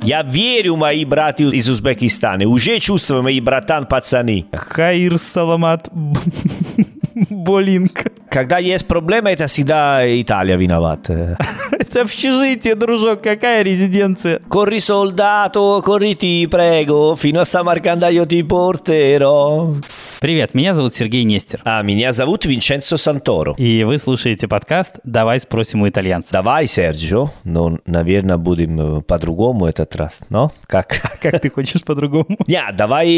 Я верю, мои братья из Узбекистана. Уже чувствую, мои братан-пацаны. Хаир Саламат Болинг. Когда есть проблема, это всегда Италия виновата. Это общежитие, дружок, какая резиденция? Corri soldato, corri ti prego, fino a Samarcanda io ti porterò. Привет, меня зовут Сергей Нестер. А меня зовут Винченцо Санторо. И вы слушаете подкаст «Давай спросим у итальянца». Давай, Серджио, но, наверное, будем по-другому этот раз, но как? Как ты хочешь по-другому? Нет,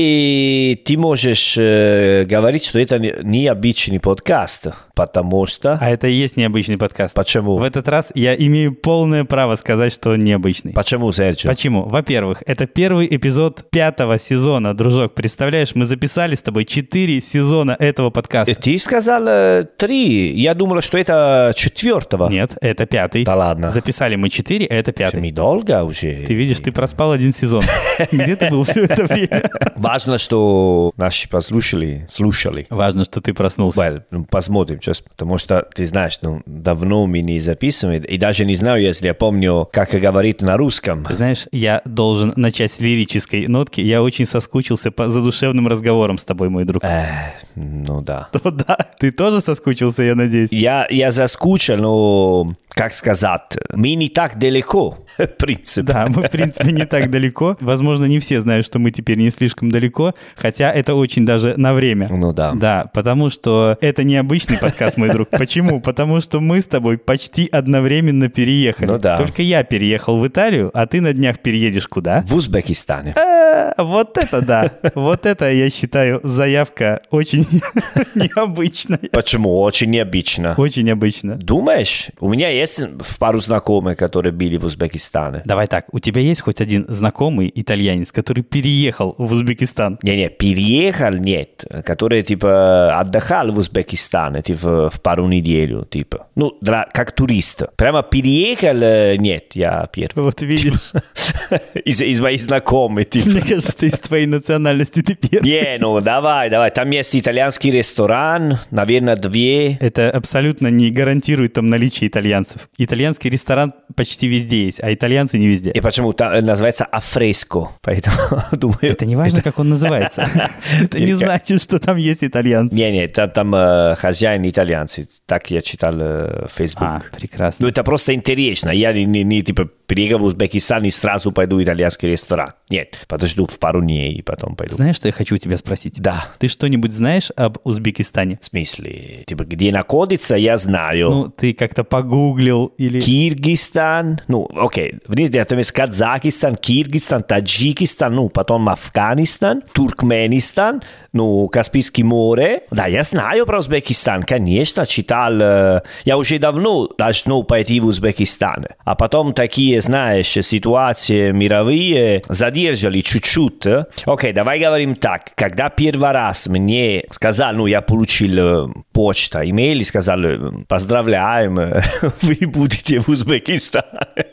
давай ты можешь говорить, что это необычный подкаст, потому что... А это и есть необычный подкаст. Почему? В этот раз я имею полное право сказать, что он необычный. Почему, Серджио? Почему? Во-первых, это первый эпизод 5-го сезона, дружок. Представляешь, мы записали с тобой 4 сезона этого подкаста. Ты сказал 3. Я думал, что это 4-го. Нет, это 5-й. Да ладно. Записали мы 4, а это 5-й. Мне долго уже. Ты видишь, ты проспал 1 сезон. Где ты был все это время? Важно, что наши слушали. Важно, что ты проснулся. Well, посмотрим сейчас, потому что, ты знаешь, давно мы не записываем, и даже не знаю, если я помню, как говорит на русском. Ты знаешь, я должен начать с лирической нотки. Я очень соскучился по задушевным разговорам с тобой, мой друг. Ну да. То да. Ты тоже соскучился, я надеюсь? Я заскучил, но, как сказать, мы не так далеко, в принципе. Да, мы, в принципе, не так далеко. Возможно, не все знают, что мы теперь не слишком далеко, хотя это очень даже на время. Ну да. Да, потому что это необычный подкаст, мой друг. Почему? Потому что мы с тобой почти одновременно переехали. Ну да. Только я переехал в Италию, а ты на днях переедешь куда? В Узбекистане. Вот это да. Вот это, я считаю, заявка очень необычная. Почему? Очень необычно. Очень необычно. Думаешь? У меня есть пару знакомых, которые были в Узбекистане. Давай так, у тебя есть хоть один знакомый итальянец, который переехал в Узбекистан? Не, переехал, нет. Который, типа, отдыхал в Узбекистане, типа, в пару недель, типа. Ну, как турист. Прямо переехал, нет, я первый. Вот видишь. Из моих знакомых, типа. Мне кажется, из твоей национальности ты первый. Не, ну, давай. Там есть итальянский ресторан, наверное, 2. Это абсолютно не гарантирует там наличие итальянцев. Итальянский ресторан почти везде есть, а итальянцы не везде. И почему? Там называется афреско, поэтому думаю... Это не важно, как он называется. Это не значит, что там есть итальянцы. Не, там хозяин итальянцы, так я читал в Facebook. А, прекрасно. Ну, это просто интересно. Я не типа, приехал в Узбекистан и сразу пойду в итальянский ресторан. Нет, подожду в пару дней и потом пойду. Знаешь, что я хочу у тебя спросить? Да. Ты что-нибудь знаешь об Узбекистане? В смысле? Типа, где находится, я знаю. Ну, ты как-то погуглил или... Киргизстан, ну, окей, внизу там есть Казахстан, Киргизстан, Таджикистан, ну, потом Афганистан, Туркменистан, ну, Каспийское море. Да, я знаю про Узбекистан, конечно, читал. Я уже давно должен пойти в Узбекистан. А потом такие, знаешь, ситуации мировые задержали чуть-чуть. Окей, давай говорим так. Когда первый раз мне сказал, ну, я получил почту, имейл, сказал, поздравляем, вы будете в Узбекистане.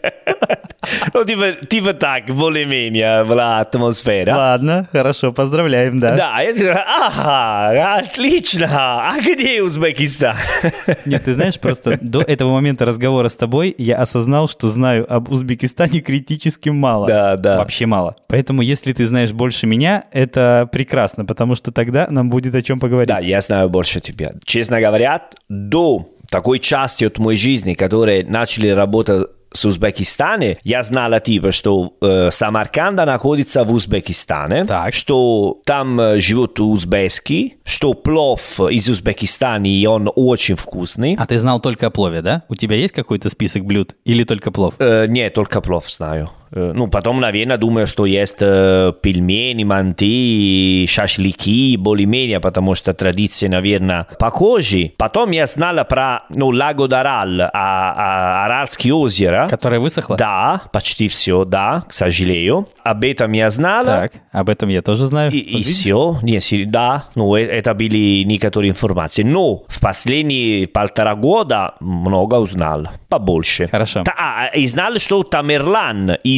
Ну, типа так, более-менее была атмосфера. Ладно, хорошо, поздравляем, да. Да, я сказал, ага, отлично, а где Узбекистан? Нет, ты знаешь, просто до этого момента разговора с тобой я осознал, что знаю об Узбекистане критически мало. Да. Вообще мало. Поэтому, если ты знаешь больше меня, это прекрасно, потому что тогда нам будет о чем поговорить. Да, я знаю больше тебя. Честно говоря, до такой части от моей жизни, которые начали работать с Узбекистана, я знала, типа, что Самарканда находится в Узбекистане, так. Что там живут узбеки, что плов из Узбекистана, и он очень вкусный. А ты знал только о плове, да? У тебя есть какой-то список блюд или только плов? Нет, только плов знаю. Ну, потом, наверное, думаю, что есть пельмени, манты, шашлыки, более-менее, потому что традиции, наверное, похожи. Потом я знала про, Лаго d'Aral, Аральские озера. Которое высохло? Да, почти все, да, к сожалению. Об этом я знала. Так, об этом я тоже знаю. И все, да, это были некоторые информации. Но в последние 1,5 года много узнал, побольше. Хорошо. И знал, что Тамерлан из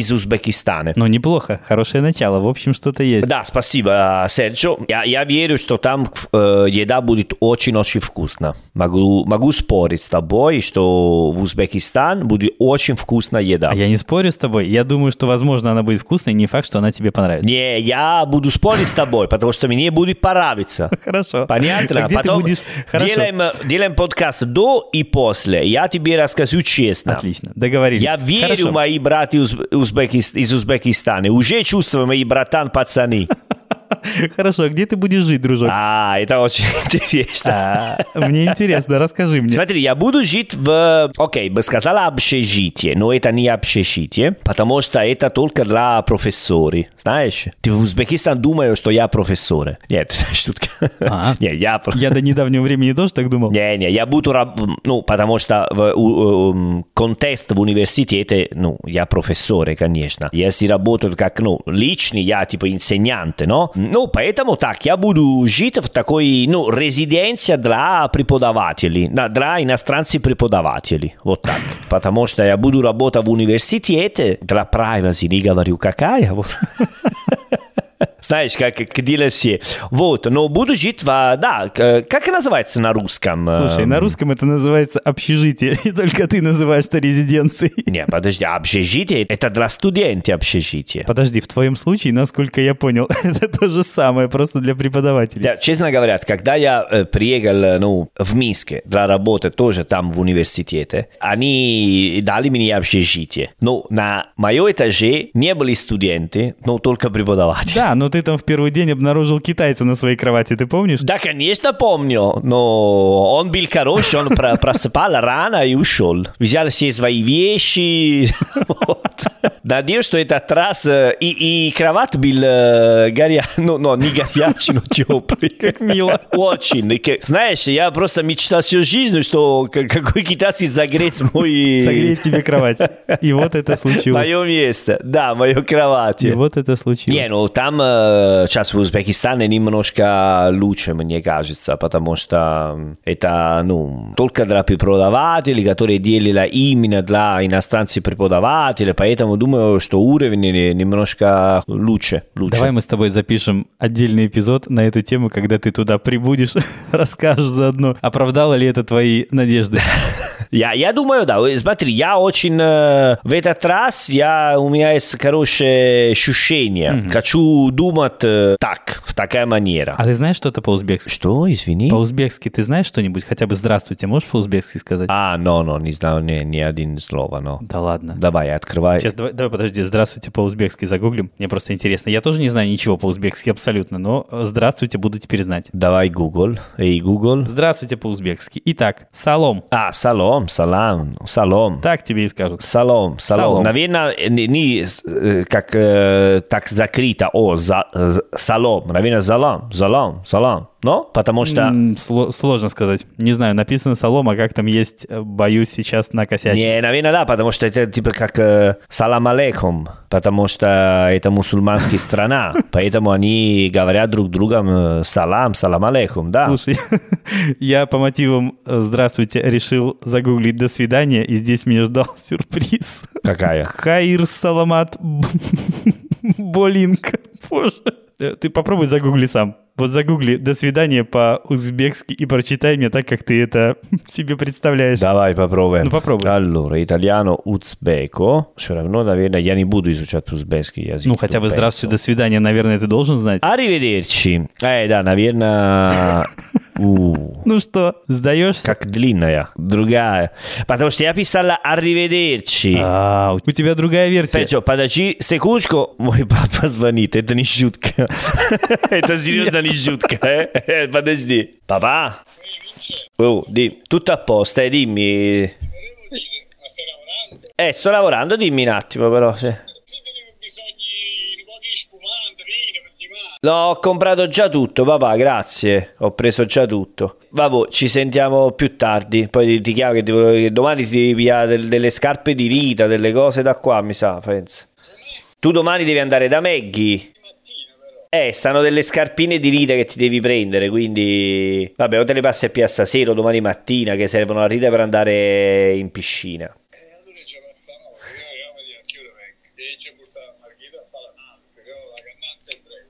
из Узбекистана. Ну, неплохо, хорошее начало, в общем, что-то есть. Да, спасибо, Серджо. Я верю, что там еда будет очень-очень вкусна. Могу спорить с тобой, что в Узбекистан будет очень вкусная еда. А я не спорю с тобой, я думаю, что, возможно, она будет вкусной, не факт, что она тебе понравится. Не, я буду спорить с тобой, потому что мне будет понравиться. Хорошо. Понятно? А где Потом ты будешь... Хорошо. делаем подкаст до и после. Я тебе расскажу честно. Отлично, договорились. Я верю, Хорошо. мои братья из Узбекистана. Уже чувствую, мои братан-пацаны. Хорошо, а где ты будешь жить, дружок? Это очень интересно. Мне интересно, расскажи мне. Смотри, я буду жить в... Окей, бы сказала общежитие, но это не общежитие, потому что это только для профессоров. Знаешь? Ты в Узбекистане думаешь, что я профессор. Нет, шутка. Нет, я... Я до недавнего времени тоже так думал. Не, я буду... Ну, потому что контекст в университете, ну, я профессор, конечно. Если работаю как, ну, личный, я типа инсеньянт, но... Ну, поэтому так, я буду жить в такой, ну, резиденции для преподавателей, для иностранцев преподавателей, вот так. Потому что я буду работать в университете, для privacy, не говорю какая, вот. Знаешь, как делают все. Вот, но буду жить в... Да, как называется на русском? Слушай, на русском это называется общежитие, и только ты называешь это резиденцией. Не, подожди, общежитие — это для студентов общежитие. Подожди, в твоем случае, насколько я понял, это то же самое, просто для преподавателей. Да, честно говоря, когда я приехал, ну, в Минск для работы тоже там в университете, они дали мне общежитие. Но на моем этаже не были студенты, но только преподаватели. Да, но ты там в первый день обнаружил китайца на своей кровати, ты помнишь? Да, конечно, помню, но он был хороший, он просыпал рано и ушел. Взял все свои вещи. Надеюсь, что этот раз и кровать был горячий, ну, не горячий, но теплый. Как мило. Очень. Знаешь, я просто мечтал всю жизнь, что какой китайский согреть мой... Согреть тебе кровать. И вот это случилось. Мое место, да, мою кровать. И вот это случилось. Не, ну там сейчас в Узбекистане немножко лучше, мне кажется, потому что это, ну, только для преподавателей, которые делали именно для иностранцев преподавателей, поэтому думаю, что уровень немножко лучше. Давай мы с тобой запишем отдельный эпизод на эту тему, когда ты туда прибудешь, расскажешь заодно, оправдало ли это твои надежды. Я думаю, да. Смотри, я очень... в этот раз у меня есть хорошее ощущение. Хочу думать так, в такая манера. А ты знаешь что-то по-узбекски? Что? Извини? По-узбекски ты знаешь что-нибудь? Хотя бы «здравствуйте» можешь по-узбекски сказать? Не знаю ни один слова, но... Да ладно. Давай, открывай. Сейчас, давай, подожди, «здравствуйте» по-узбекски загуглим. Мне просто интересно. Я тоже не знаю ничего по-узбекски абсолютно, но «здравствуйте» буду теперь знать. Давай Google. Эй, Google. «Здравствуйте» по-узбекски. Итак, «салом». Салом. Так тебе и скажут. Салом. Наверное, не как так закрыто. Салом. Наверное, салам. Но? Потому что... Сложно сказать. Не знаю, написано «салом», а как там есть, боюсь, сейчас накосячить. Не, наверное, да, потому что это типа как салам алейкум, потому что это мусульманская страна, поэтому они говорят друг другу салам алейкум, да. Слушай, я по мотивам «здравствуйте» решил загуглить «до свидания», и здесь меня ждал сюрприз. Какая? Хаир Саламат Болинка. Боже. Ты попробуй загугли сам. Вот загугли «до свидания» по-узбекски и прочитай мне так, как ты это себе представляешь. Давай попробуем. Ну, попробуй. Allora, italiano, узбеко. Все равно, наверное, я не буду изучать узбекский язык. Ну, хотя бы «здравствуйте», «до свидания», наверное, ты должен знать. Arrivederci. Да, наверное... Ну что, сдаешься? Как длинная. Другая. Потому что я писала «arrivederci». У тебя другая версия. Перчо, подожди секундочку. Мой папа звонит. Это не шутка. Это серьезно не шутка. Подожди. Папа? Tutto a posto, dimmi. Sto lavorando, dimmi un attimo però. No, ho comprato già tutto, papà, grazie. Ho preso già tutto. Vabbè, ci sentiamo più tardi. Poi ti chiamo che domani ti devi pigliare delle scarpe di vita, delle cose da qua, mi sa, penso. Tu domani devi andare da Maggie. Stanno delle scarpine di Rita che ti devi prendere, quindi... Vabbè, o te le passi a piazza sera o domani mattina, che servono a Rita per andare in piscina.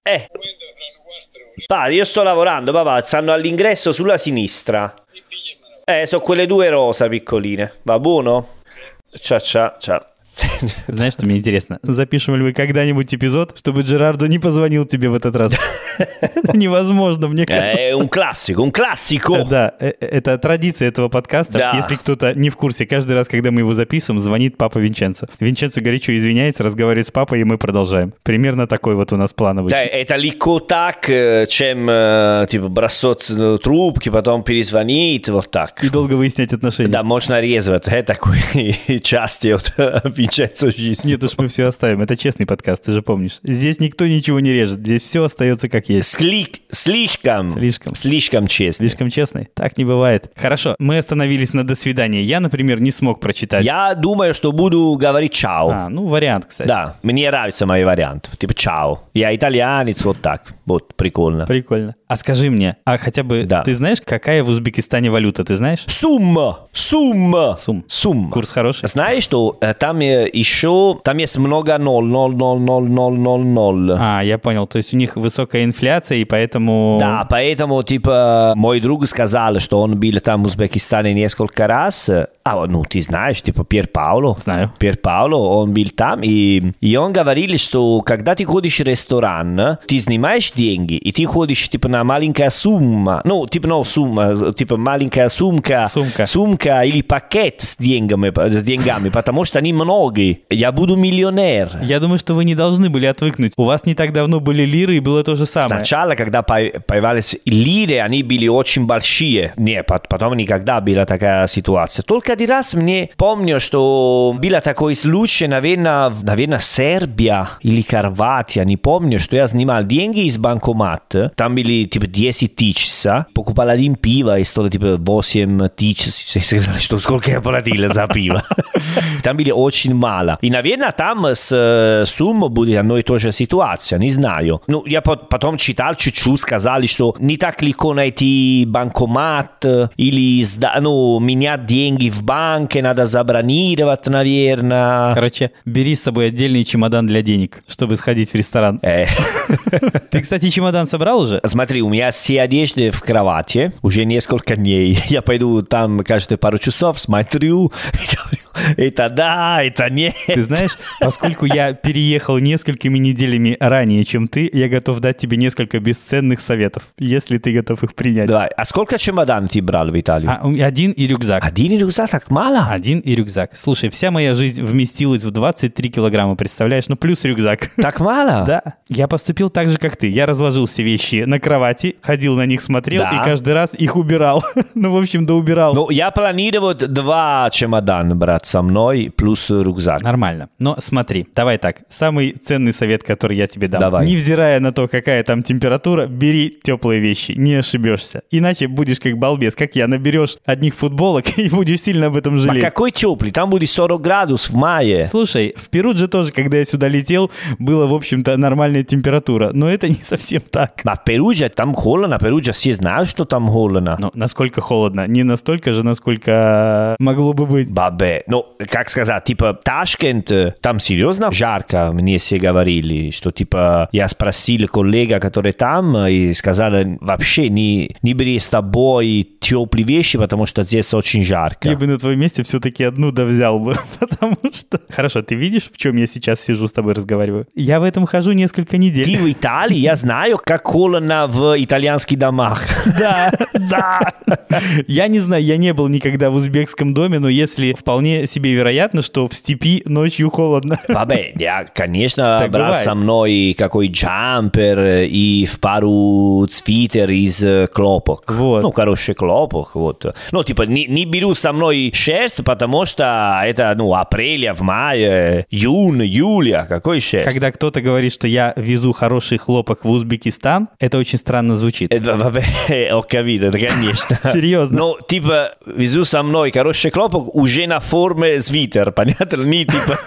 Pa, io sto lavorando, papà, stanno all'ingresso sulla sinistra. Sono quelle due rosa piccoline. Va buono? Ciao. Знаешь, что мне интересно? Запишем ли вы когда-нибудь эпизод, чтобы Джерардо не позвонил тебе в этот раз? Это невозможно, мне кажется. Un classico. Да, это традиция этого подкаста. Да. Если кто-то не в курсе, каждый раз, когда мы его записываем, звонит папа Винченцо. Винченцо горячо извиняется, разговаривает с папой, и мы продолжаем. Примерно такой вот у нас план обычно. Да, это легко так, чем типа бросать трубки, потом перезвонить, вот так. И долго выяснять отношения. Да, можно резать, такой части от Винченцо жизни. Нет уж, мы все оставим. Это честный подкаст, ты же помнишь. Здесь никто ничего не режет. Здесь все остается как есть. Слишком честно. Слишком честный? Так не бывает. Хорошо, мы остановились на «до свидания». Я, например, не смог прочитать. Я думаю, что буду говорить «чао». Вариант, кстати. Да, мне нравится мой вариант. Типа «чао». Я итальянец, вот так. Вот, прикольно. Прикольно. А скажи мне, хотя бы Да. ты знаешь, какая в Узбекистане валюта, ты знаешь? Сумма. Курс хороший? Знаешь, что там еще, там есть много ноль. Я понял. То есть у них высокая инфляция, и поэтому... Да, поэтому, типа, мой друг сказал, что он был там в Узбекистане несколько раз. Ты знаешь, типа, Пьер Пауло. Знаю. Пьер Пауло, он был там, и он говорил, что когда ты ходишь в ресторан, ты снимаешь деньги, и ты ходишь, типа, на маленькая сумма. Сумма, типа, маленькая сумка. Сумка или пакет с деньгами, потому что они многие. Я буду миллионер. Я думаю, что вы не должны были отвыкнуть. У вас не так давно были лиры, и было то же самое. Сначала, когда появились лиры, они были очень большие. Нет, потом никогда была такая ситуация. Только один раз мне помню, что был такой случай, наверное, Сербия или Хорватия, не помню, что я снимал деньги из банкомата. Там были типа 10 тысяч, покупал один пиво и стоило типа 8 тысяч. Что сколько я платил за пиво. Там были очень мало. И, наверное, там с суммой будет одна и та же ситуация, не знаю. Я потом читал чуть-чуть, сказали, что не так легко найти банкомат или менять деньги в банке, надо забронировать, наверное. Короче, бери с собой отдельный чемодан для денег, чтобы сходить в ресторан. Ты, кстати, чемодан собрал уже? Смотри, у меня все одежды в кровати уже несколько дней. Я пойду там каждые пару часов, смотрю, это да, это нет. Ты знаешь, поскольку я переехал несколькими неделями ранее, чем ты, я готов дать тебе несколько бесценных советов, если ты готов их принять. Давай. А сколько чемодан ты брал в Италию? Один и рюкзак. Один и рюкзак, так мало? Один и рюкзак. Слушай, вся моя жизнь вместилась в 23 килограмма, представляешь? Плюс рюкзак. Так мало? Да. Я поступил так же, как ты. Я разложил все вещи на кровати, ходил на них, смотрел, да. И каждый раз их убирал. В общем, доубирал. Я планировал 2 чемодана брать со мной, плюс рюкзак. Нормально. Но смотри, давай так. Самый ценный совет, который я тебе дам. Давай. Невзирая на то, какая там температура, бери теплые вещи, не ошибешься. Иначе будешь как балбес, как я. Наберешь одних футболок и будешь сильно об этом жалеть. А какой теплый? Там будет 40 градусов в мае. Слушай, в Перудже тоже, когда я сюда летел, было, в общем-то, нормальная температура. Но это не совсем так. А Перудже, там холодно. Перудже все знают, что там холодно. Насколько холодно? Не настолько же, насколько могло бы быть. Бабе. Как сказать, типа, Ташкент, там серьезно жарко, мне все говорили, что, типа, я спросил коллега, который там, и сказали, вообще не бери с собой теплые вещи, потому что здесь очень жарко. Я бы на твоем месте все-таки одну взял бы, потому что... Хорошо, ты видишь, в чем я сейчас сижу с тобой разговариваю? Я в этом хожу несколько недель. Ты в Италии, я знаю, как холодно в итальянских домах. Да. Я не знаю, я не был никогда в узбекском доме, но если вполне себе вероятно, что в степи ночью холодно. Бабе, я, конечно, Так брал бывает. со мной какой джампер и в пару свитер из хлопок. Вот. Хороший хлопок, вот. Типа, не беру со мной шерсть, потому что это, апреля, в мае, июнь, июля, какой шерсть? Когда кто-то говорит, что я везу хороший хлопок в Узбекистан, это очень странно звучит. Бабе, ho capito, конечно. Серьезно. Типа, везу со мной хороший хлопок уже на форме формы свитер, понятно? Не типа...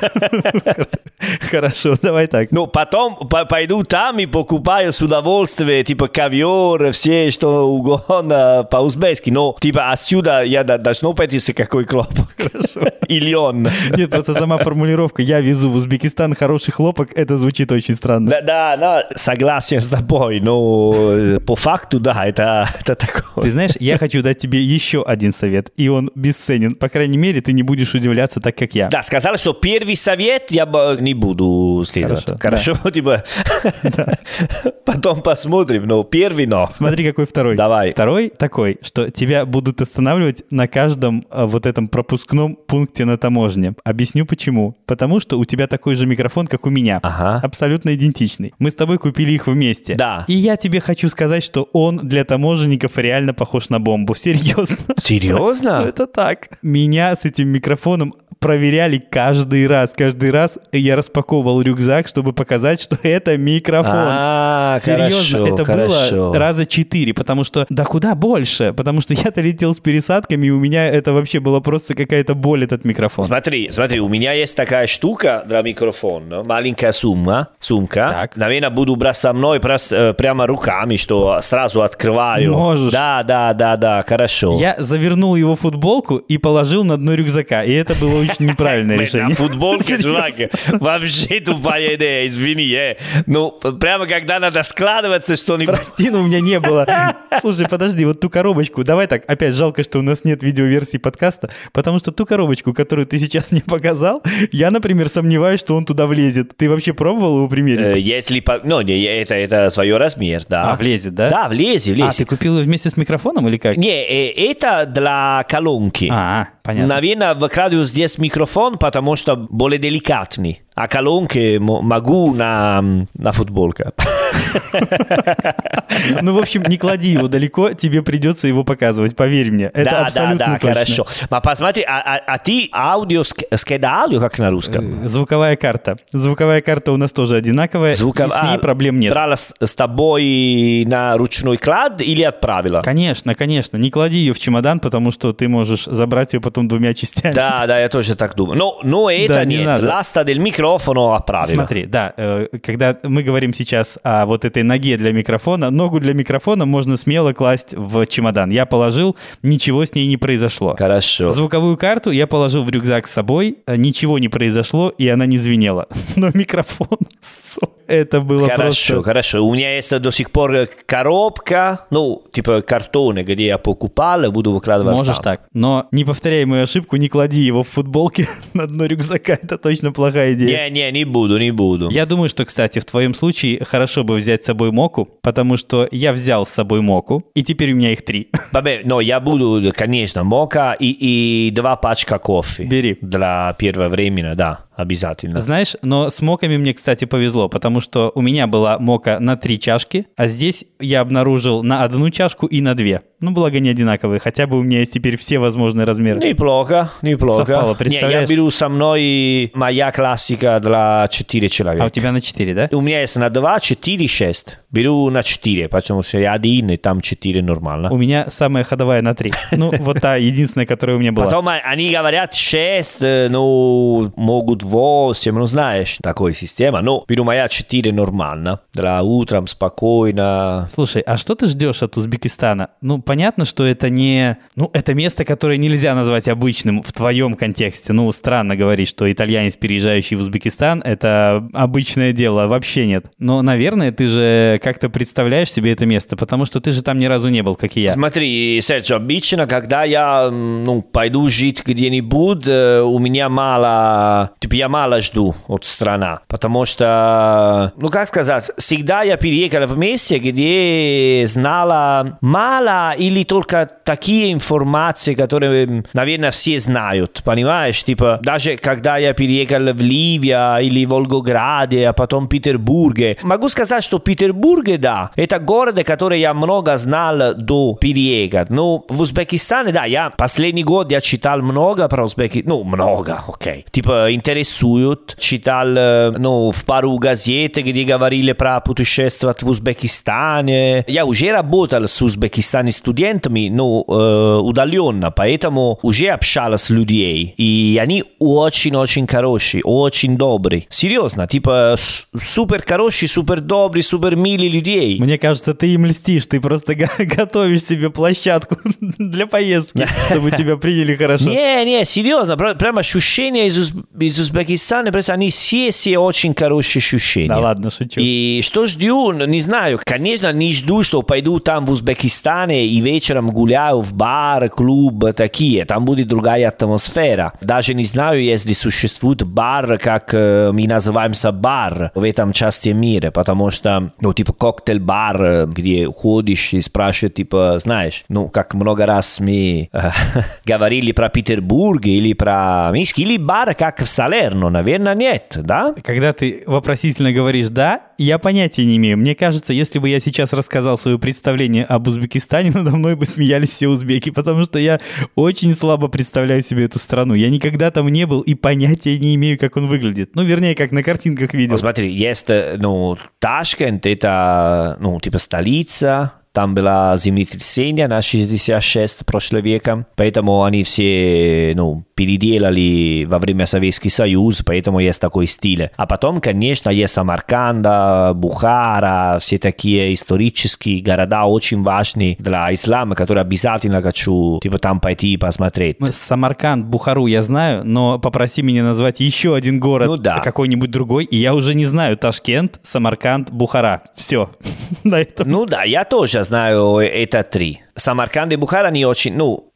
Хорошо, давай так. Ну, потом пойду там и покупаю с удовольствием, типа, ковер, все, что угодно по-узбекски. Но, типа, отсюда я должно пойти с какой хлопок. Хорошо. Или он. Нет, просто сама формулировка «я везу в Узбекистан хороший хлопок» — это звучит очень странно. Да, согласен с тобой, но по факту, да, это такое. Ты знаешь, я хочу дать тебе еще один совет, и он бесценен. По крайней мере, ты не будешь удивляться так, как я. Да, сказали, что первый совет я не буду следовать. Хорошо, да. Типа, потом посмотрим, но первый, но. Смотри, какой второй. Давай. Второй такой, что тебя будут останавливать на каждом вот этом пропускном пункте на таможне. Объясню почему. Потому что у тебя такой же микрофон, как у меня. Ага. Абсолютно идентичный. Мы с тобой купили их вместе. Да. И я тебе хочу сказать, что он для таможенников реально похож на бомбу. Серьезно. Серьезно? Это так. Меня с этим микрофоном проверяли каждый раз. Каждый раз я распаковывал рюкзак, чтобы показать, что это микрофон. Серьезно, хорошо, это было раза 4, потому что, да куда больше, потому что я-то летел с пересадками, и у меня это вообще было просто какая-то боль, этот микрофон. Смотри, у меня есть такая штука для микрофона, маленькая сумка. Так. Наверное, буду брать со мной прямо руками, что сразу открываю. Можешь. Да, хорошо. Я завернул его в футболку и положил на дно рюкзака, и это было очень неправильное решение. На футболке, чувак, вообще тупая идея, извини. Ну, прямо когда надо складываться что-нибудь... Прости, но у меня не было. Слушай, подожди, вот ту коробочку, давай так, опять жалко, что у нас нет видеоверсии подкаста, потому что ту коробочку, которую ты сейчас мне показал, я, например, сомневаюсь, что он туда влезет. Ты вообще пробовал его примерить? Если... Ну, это свой размер, да. А, влезет, да? Да, влезет. А, ты купил его вместе с микрофоном или как? Не, это для колонки. Понятно. Наверное, выкладываю здесь микрофон, потому что более деликатный. А колонки могу на футболке. Ну, в общем, не клади его далеко, тебе придется его показывать, поверь мне. Это абсолютно точно. Хорошо. Но посмотри, а ты аудио, аудио как на русском? Звуковая карта. Звуковая карта у нас тоже одинаковая, и с ней проблем нет. Брала с тобой на ручной клад или отправила? Конечно. Не клади ее в чемодан, потому что ты можешь забрать ее потом 2 частями. Да, я тоже так думаю. Но это нет. Ласта del microfono отправила. Смотри, да, когда мы говорим сейчас о вот этой ноге для микрофона, ногу для микрофона можно смело класть в чемодан. Я положил, ничего с ней не произошло. Хорошо. Звуковую карту я положил в рюкзак с собой, ничего не произошло, и она не звенела. Но микрофон... Это было просто... Хорошо. У меня есть до сих пор коробка, типа картона, где я покупал, и буду выкладывать. Можешь там. так. Но не повторяй мою ошибку, не клади его в футболке на дно рюкзака. Это точно плохая идея. Не буду. Я думаю, что, кстати, в твоем случае хорошо бы взять с собой моку, потому что я взял с собой моку, и теперь у меня их 3. Я буду, конечно, мока и 2 пачка кофе. Бери. Для первого времени, да. Обязательно. Знаешь, но с моками мне, кстати, повезло, потому что у меня была мока на 3 чашки, а здесь я обнаружил на 1 чашку и на 2. Благо не одинаковые, хотя бы у меня есть теперь все возможные размеры. Неплохо. Совпало, представляешь? Я беру со мной моя классика для 4 человека. А у тебя на 4, да? У меня есть на 2, 4, 6. Беру на 4, потому что я 1, и там 4 нормально. У меня самая ходовая на 3. Вот та единственная, которая у меня была. Потом они говорят 6, могут 8, знаешь, такая система. Но беру моя 4 нормально. Для утром спокойно. Слушай, а что ты ждешь от Узбекистана? Понятно, что это не... это место, которое нельзя назвать обычным в твоем контексте. Странно говорить, что итальянец, переезжающий в Узбекистан, это обычное дело. Вообще нет. Но, наверное, ты же как-то представляешь себе это место, потому что ты же там ни разу не был, как и я. Смотри, Серджо, обычно, когда я пойду жить где-нибудь, у меня мало... я мало жду от страны, потому что, как сказать, всегда я переехал в месте, где знала мало или только такие информации, которые, наверное, все знают, понимаешь? Даже когда я переехал в Ливию или Волгограде, а потом в Петербурге, могу сказать, что Петербург Петербурге, да. Это город, который я много знал до переезда. Ну, в Узбекистане, да, я последний год я читал много про Узбекистан. Ну, много, окей. Типа, интересуют. Читал, в пару газет, где говорили про путешествия в Узбекистане. Я уже работал с узбекистанскими студентами, удаленно, поэтому уже общался с людьми. И они очень-очень хорошие, очень добрые. Серьезно, типа, супер хорошие, супер добрые, супер милые людей. Мне кажется, ты им льстишь, ты просто готовишь себе площадку для поездки, чтобы тебя приняли хорошо. Не, серьезно, прям ощущения из Узбекистана, просто они все очень хорошие ощущения. Да ладно, шучу. И что жду, не знаю, конечно, не жду, что пойду там в Узбекистане и вечером гуляю в бар, клуб, такие, там будет другая атмосфера. Даже не знаю, если существует бар, как мы называемся бар в этом части мира, потому что, типа коктейль-бар, где ходишь и спрашивают, типа, знаешь, как много раз мы говорили про Петербург или про Минск, или бар, как в Салерно, наверное, нет, да? Когда ты вопросительно говоришь «да», я понятия не имею. Мне кажется, если бы я сейчас рассказал свое представление об Узбекистане, надо мной бы смеялись все узбеки, потому что я очень слабо представляю себе эту страну. Я никогда там не был и понятия не имею, как он выглядит. Вернее, как на картинках видел. Смотри, есть, Ташкент, это, типа столица. Там было землетрясение на 66 прошлого века, поэтому они все, переделали во время Советского Союза, поэтому есть такой стиль. А потом, конечно, есть Самарканд, Бухара, все такие исторические города очень важные для ислама, которые обязательно хочу, там пойти и посмотреть. Самарканд, Бухару я знаю, но попроси меня назвать еще один город, какой-нибудь другой, и я уже не знаю. Tashkent, Самарканд, Бухара. Все. На этом. Я тоже знаю это 3. Самарканд и Бухара, они очень,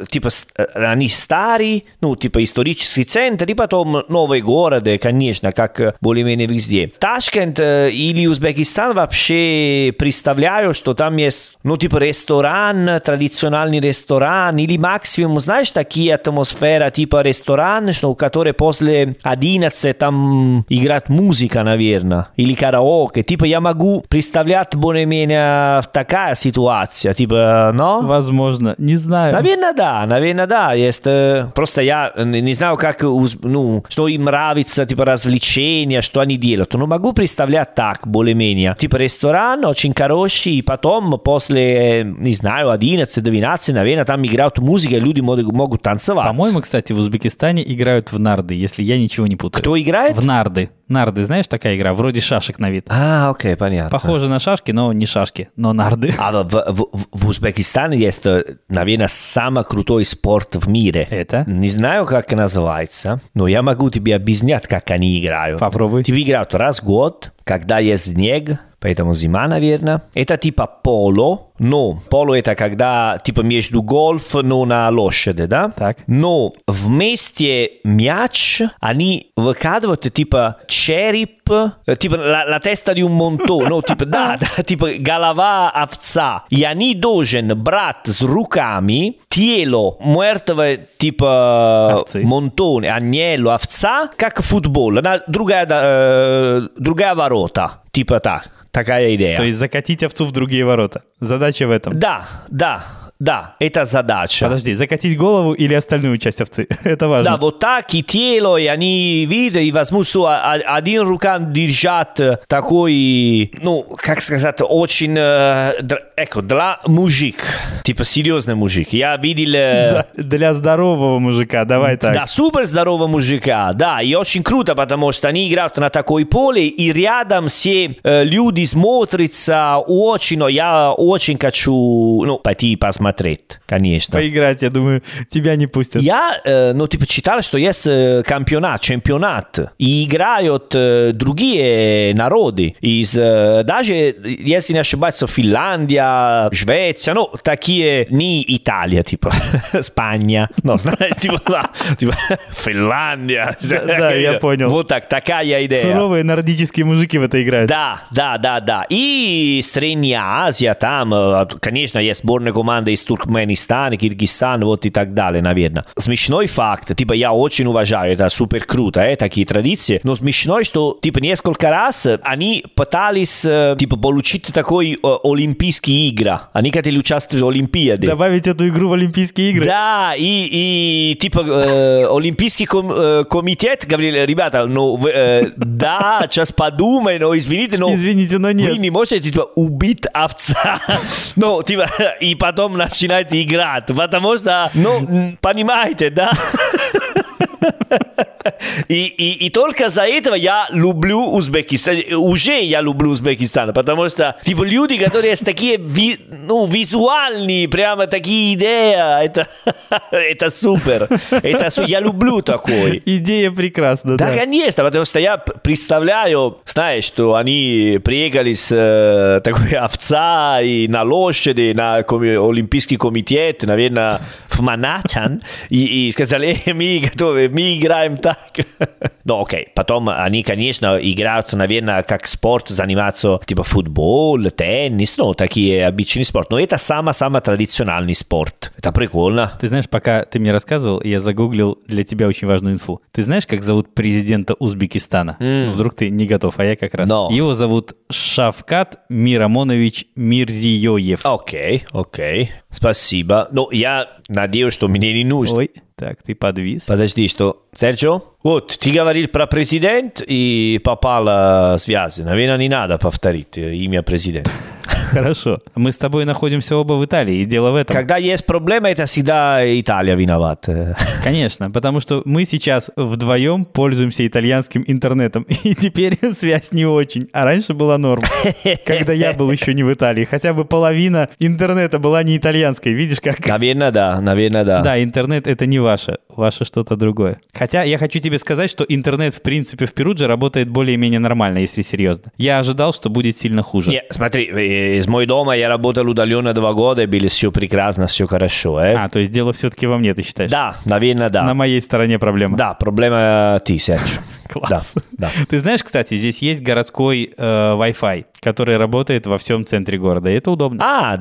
они старые, исторический центр, и потом новые города, конечно, как более-менее везде. Ташкент или Узбекистан вообще представляю, что там есть, ресторан, традиционный ресторан, или максимум, знаешь, такие атмосферы, типа ресторан, который после 11 там играет музыка, наверное, или караоке. Я могу представлять более-менее такая ситуация, но... Возможно, не знаю. Наверное, да. Есть, просто я не знаю, как, что им нравится, развлечения, что они делают. Но могу представлять так, более-менее. Ресторан очень хороший, и потом, после, не знаю, 11-12, наверное, там играют музыка, и люди могут танцевать. По-моему, кстати, в Узбекистане играют в нарды, если я ничего не путаю. Кто играет? В нарды. Нарды, знаешь, такая игра, вроде шашек на вид. Окей, понятно. Похоже на шашки, но не шашки, но нарды. А в Узбекистане есть, наверное, самый крутой спорт в мире. Это? Не знаю, как называется, но я могу тебе объяснять, как они играют. Попробуй. Играют раз в год, когда есть снег, поэтому зима, наверное. Это типа поло, но поло это когда между гольф, но на лошади, да? Так. Но вместе мяч они выкладывают череп, la testa di un montone, голова овца. И они должны брать с руками тело мертвого монтоне, аньело, овца, как футбол, другая ворота. Так. Такая идея. То есть закатить овцу в другие ворота. Задача в этом. Да, это задача. Подожди, закатить голову или остальную часть овцы? Это важно. Да, вот так и тело, и они видят, и возьмут, один рукам держат такой, как сказать, очень, для мужик, серьезный мужик. Я видел... Да, для здорового мужика, давай так. Да, супер здорового мужика, да, и очень круто, потому что они играют на такой поле, и рядом все люди смотрятся очень, но я очень хочу, пойти посмотреть. Конечно. Поиграть, я думаю, тебя не пустят. Я, читал, что есть чемпионат, и играют другие народы. Даже, если не ошибаюсь, Финляндия, Швеция, такие, не Италия, Испания, Финляндия. Да, я понял. Вот такая идея. Суровые нордические мужики в это играют. Да. И Средняя Азия, там, конечно, есть сборная команда из есть Туркменистан, Киргизстан, вот и так далее, наверное. Смешной факт, типа, я очень уважаю, это супер круто, такие традиции, но смешной, что, типа, несколько раз они пытались, типа, получить такой Олимпийские игры. Они хотели участвовать в Олимпиаде. Добавить эту игру в Олимпийские игры. Да, и типа, Олимпийский комитет говорил, ребята, ну, да, сейчас подумай, но извините, но нет. Вы не можете, типа, убить овца, ну, типа, и потом начинаете играть, потому что, ну, понимаете, да? И только за этого я люблю Узбекистан. Уже я люблю Узбекистан, потому что, типа, люди, которые такие, визуальные, прямо такие идеи, это супер. Я люблю такой. Идея прекрасна, да. Да, конечно, потому что я представляю, знаешь, что они приехали с такой овца и на лошади, на Олимпийский комитет, наверное, в Манхэттен, и сказали, мы готовы, мы играем так. Ну, окей, потом они, конечно, играют, наверное, как спорт, занимаются, типа, футбол, теннис, ну, такие обычные спорты. Но это самый традиционный спорт. Это прикольно. Ты знаешь, пока ты мне рассказывал, я загуглил для тебя очень важную инфу. Ты знаешь, как зовут президента Узбекистана? Вдруг ты не готов, а я как раз. No. Его зовут Шавкат Мирамонович Мирзиёев. Окей. Спасибо. Но я надеюсь, что мне не нужно. Ой, так, ты подвис. Подожди, что? Серджио? Вот, ты говорил про президент и попала связь. Наверное, не надо повторить имя президента. Хорошо. Мы с тобой находимся оба в Италии, и дело в этом. Когда есть проблема, это всегда Италия виновата. Конечно, потому что мы сейчас вдвоем пользуемся итальянским интернетом, и теперь связь не очень, а раньше была норма, когда я был еще не в Италии. Хотя бы половина интернета была не итальянской, видишь как? Наверное, да. Да, интернет — это не ваше что-то другое. Хотя я хочу тебе сказать, что интернет, в принципе, в Перудже работает более-менее нормально, если серьезно. Я ожидал, что будет сильно хуже. Нет, смотри, из моего дома я работал удаленно 2 года, и было все прекрасно, все хорошо. То есть дело все-таки во мне, ты считаешь? Да, наверное, да. На моей стороне проблема. Да, проблема ты, Серж. Класс. Да. Ты знаешь, кстати, здесь есть городской Wi-Fi, который работает во всем центре города, и это удобно.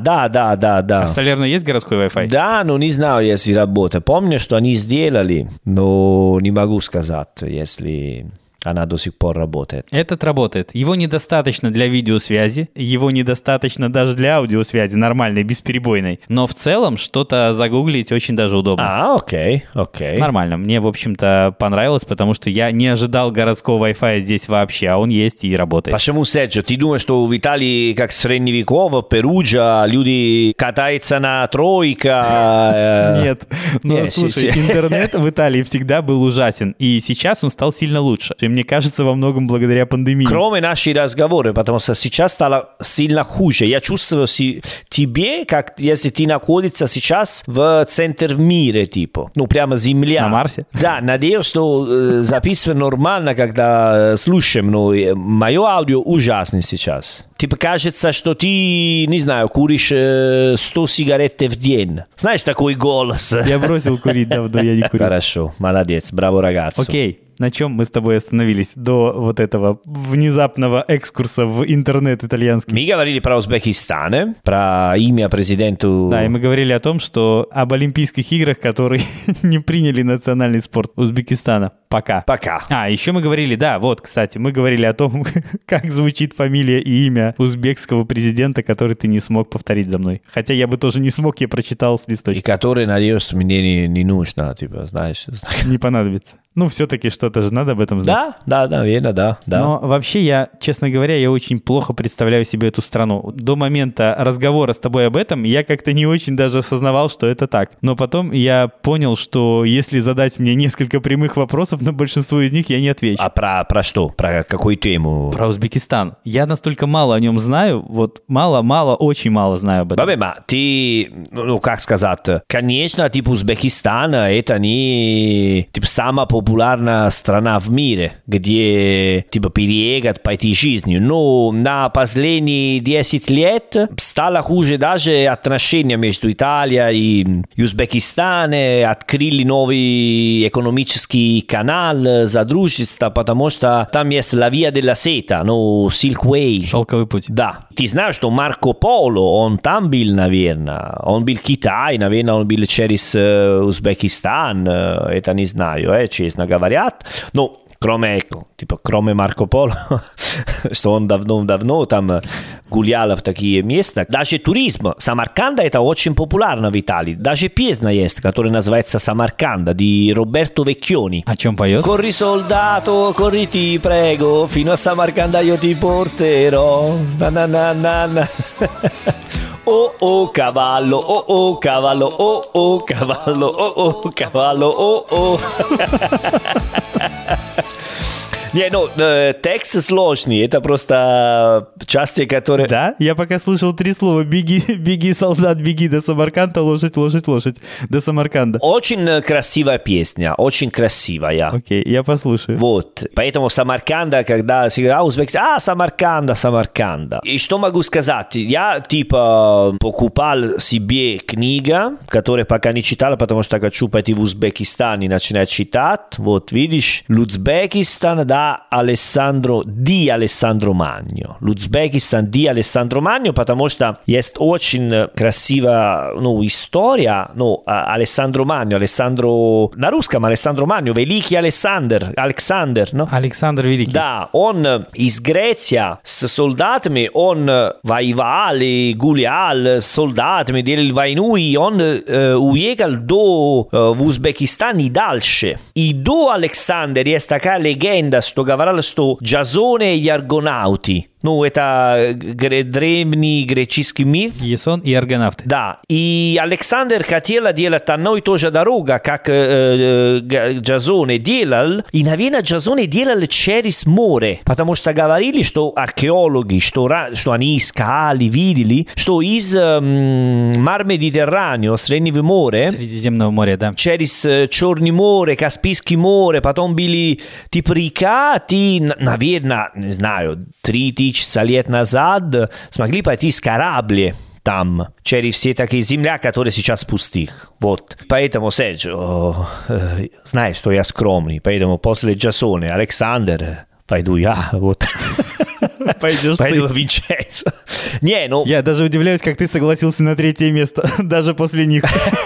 Да. В Салерно есть городской Wi-Fi? Да, но не знаю, если работает. Помню, что они сделали, но не могу сказать, если она до сих пор работает. Этот работает. Его недостаточно для видеосвязи, его недостаточно даже для аудиосвязи, нормальной, бесперебойной. Но в целом что-то загуглить очень даже удобно. Окей. Нормально. Мне, в общем-то, понравилось, потому что я не ожидал городского Wi-Fi здесь вообще, а он есть и работает. Почему, Серджио? Ты думаешь, что в Италии, как средневеково, Перуджа, люди катаются на тройке? Нет. Но слушай, интернет в Италии всегда был ужасен, и сейчас он стал сильно лучше. Мне кажется, во многом благодаря пандемии. Кроме наших разговоров, потому что сейчас стало сильно хуже. Я чувствую тебе, как если ты находишься сейчас в центре мира, типа. Ну, прямо Земля. На Марсе? Да, надеюсь, что записывать нормально, когда слушаем, но мое аудио ужасно сейчас. Типа кажется, что ты, не знаю, куришь 100 сигарет в день. Знаешь, такой голос. Я бросил курить давно, я не курю. Хорошо, молодец, браво, рагazzo. Окей. На чем мы с тобой остановились до вот этого внезапного экскурса в интернет итальянский? Мы говорили про Узбекистан, про имя президенту. Да, и мы говорили о том, что об Олимпийских играх, которые не приняли национальный спорт Узбекистана. Пока. Еще мы говорили, кстати, мы говорили о том, как звучит фамилия и имя узбекского президента, который ты не смог повторить за мной. Хотя я бы тоже не смог, я прочитал с листочка. И который, надеюсь, мне не нужно, типа, знаешь. Не понадобится. Ну, все-таки что-то же надо об этом знать. Да, наверное, да. Но вообще я, честно говоря, я очень плохо представляю себе эту страну. До момента разговора с тобой об этом я как-то не очень даже осознавал, что это так. Но потом я понял, что если задать мне несколько прямых вопросов, на большинство из них я не отвечу. А про что? Про какую тему? Про Узбекистан. Я настолько мало о нем знаю, вот мало, очень мало знаю об этом. Ты, как сказать, конечно, типа Узбекистан, это не, типа, самая популярная страна в мире, где типа переехать по этой жизни. Но на последние 10 лет стало хуже даже отношения между Италией и Узбекистаном. Открыли новый экономический канал содружества, потому что там есть La Via della Seta, ну, Silk Way. Шелковый путь. Да. Ты знаешь, что Марко Поло, он там был, наверное. Он был в Китае, наверное, он был через Узбекистан. Это не знаю, честно говорят. Но кроме Марко Поло, что он давно там гулял в такие места. Даже туризм Самарканда это очень популярно в Италии. Даже песня есть, которая называется «Самарканда» di Roberto Vecchioni. О чем поет? Corri soldato, corri ti prego, fino a Samarcanda io ti porterò. Na. Oh cavallo, oh cavallo, oh cavallo, oh cavallo, oh. Не, ну, текст сложный, это просто части, которые... Да? Я пока слышал 3 слова. Беги, солдат, беги до Самарканда, лошадь, до Самарканда. Очень красивая песня, очень красивая. Окей, я послушаю. Вот, поэтому Самарканда, когда всегда узбекский, Самарканда. И что могу сказать? Я, типа, покупал себе книгу, которую пока не читал, потому что хочу пойти в Узбекистан и начинать читать. Вот, видишь, Узбекистан, да, Alessandro Magno. L'Uzbekistan di Alessandro Magno, потому что есть очень красивая, история. Alessandro Magno, на русском Alessandro Magno, Великий Александр, no? Александр Великий. Да, он из Греции с солдатами, он воевал и гулял с солдатами, делал войну, и он уехал в Узбекистан и дальше. И до Александра есть такая легенда, что говорил, что Джазоне и Аргонавты. Это древний греческий миф. Ясон и аргонавты. Да. И Александр хотел делать одну и ту же дорогу, как Джазоне делал. И, наверное, Джазоне делал через море. Потому что говорили, что археологи, что они искали, видели, что из Мар Медитерранео, Среднего моря, Средиземного моря, да. Через Черное море, Каспийское море, потом были типа река, наверное, не знаю, 3000 лет назад смогли пойти с корабля там, через все такие земля, которые сейчас пустых. Вот. Поэтому, Серджио, знаешь, что я скромный. Поэтому после Джасоне, Александр, пойду я. Вот. Пойду в Винченцо. Я даже удивляюсь, как ты согласился на 3-е место, даже после них.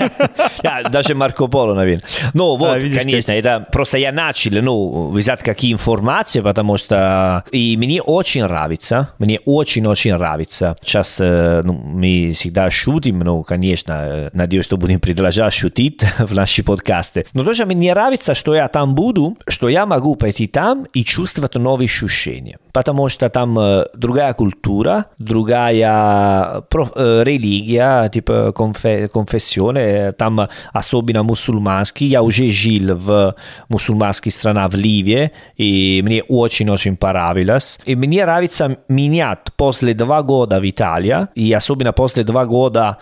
Даже Марко Поло, наверное. Конечно, это просто я начал, взять какие информации, потому что и мне очень нравится, очень нравится. Сейчас мы всегда шутим, конечно, надеюсь, что будем продолжать шутить в наши подкасты. Но тоже мне нравится, что я там буду, что я могу пойти там и чувствовать новые ощущения. Потому что там другая культура, другая религия, типа конфессионе, там особенно мусульманский. Я уже жил в мусульманской стране в Ливии, и мне очень-очень понравилось. И мне нравится менять после 2 года в Италии, и особенно после 2 года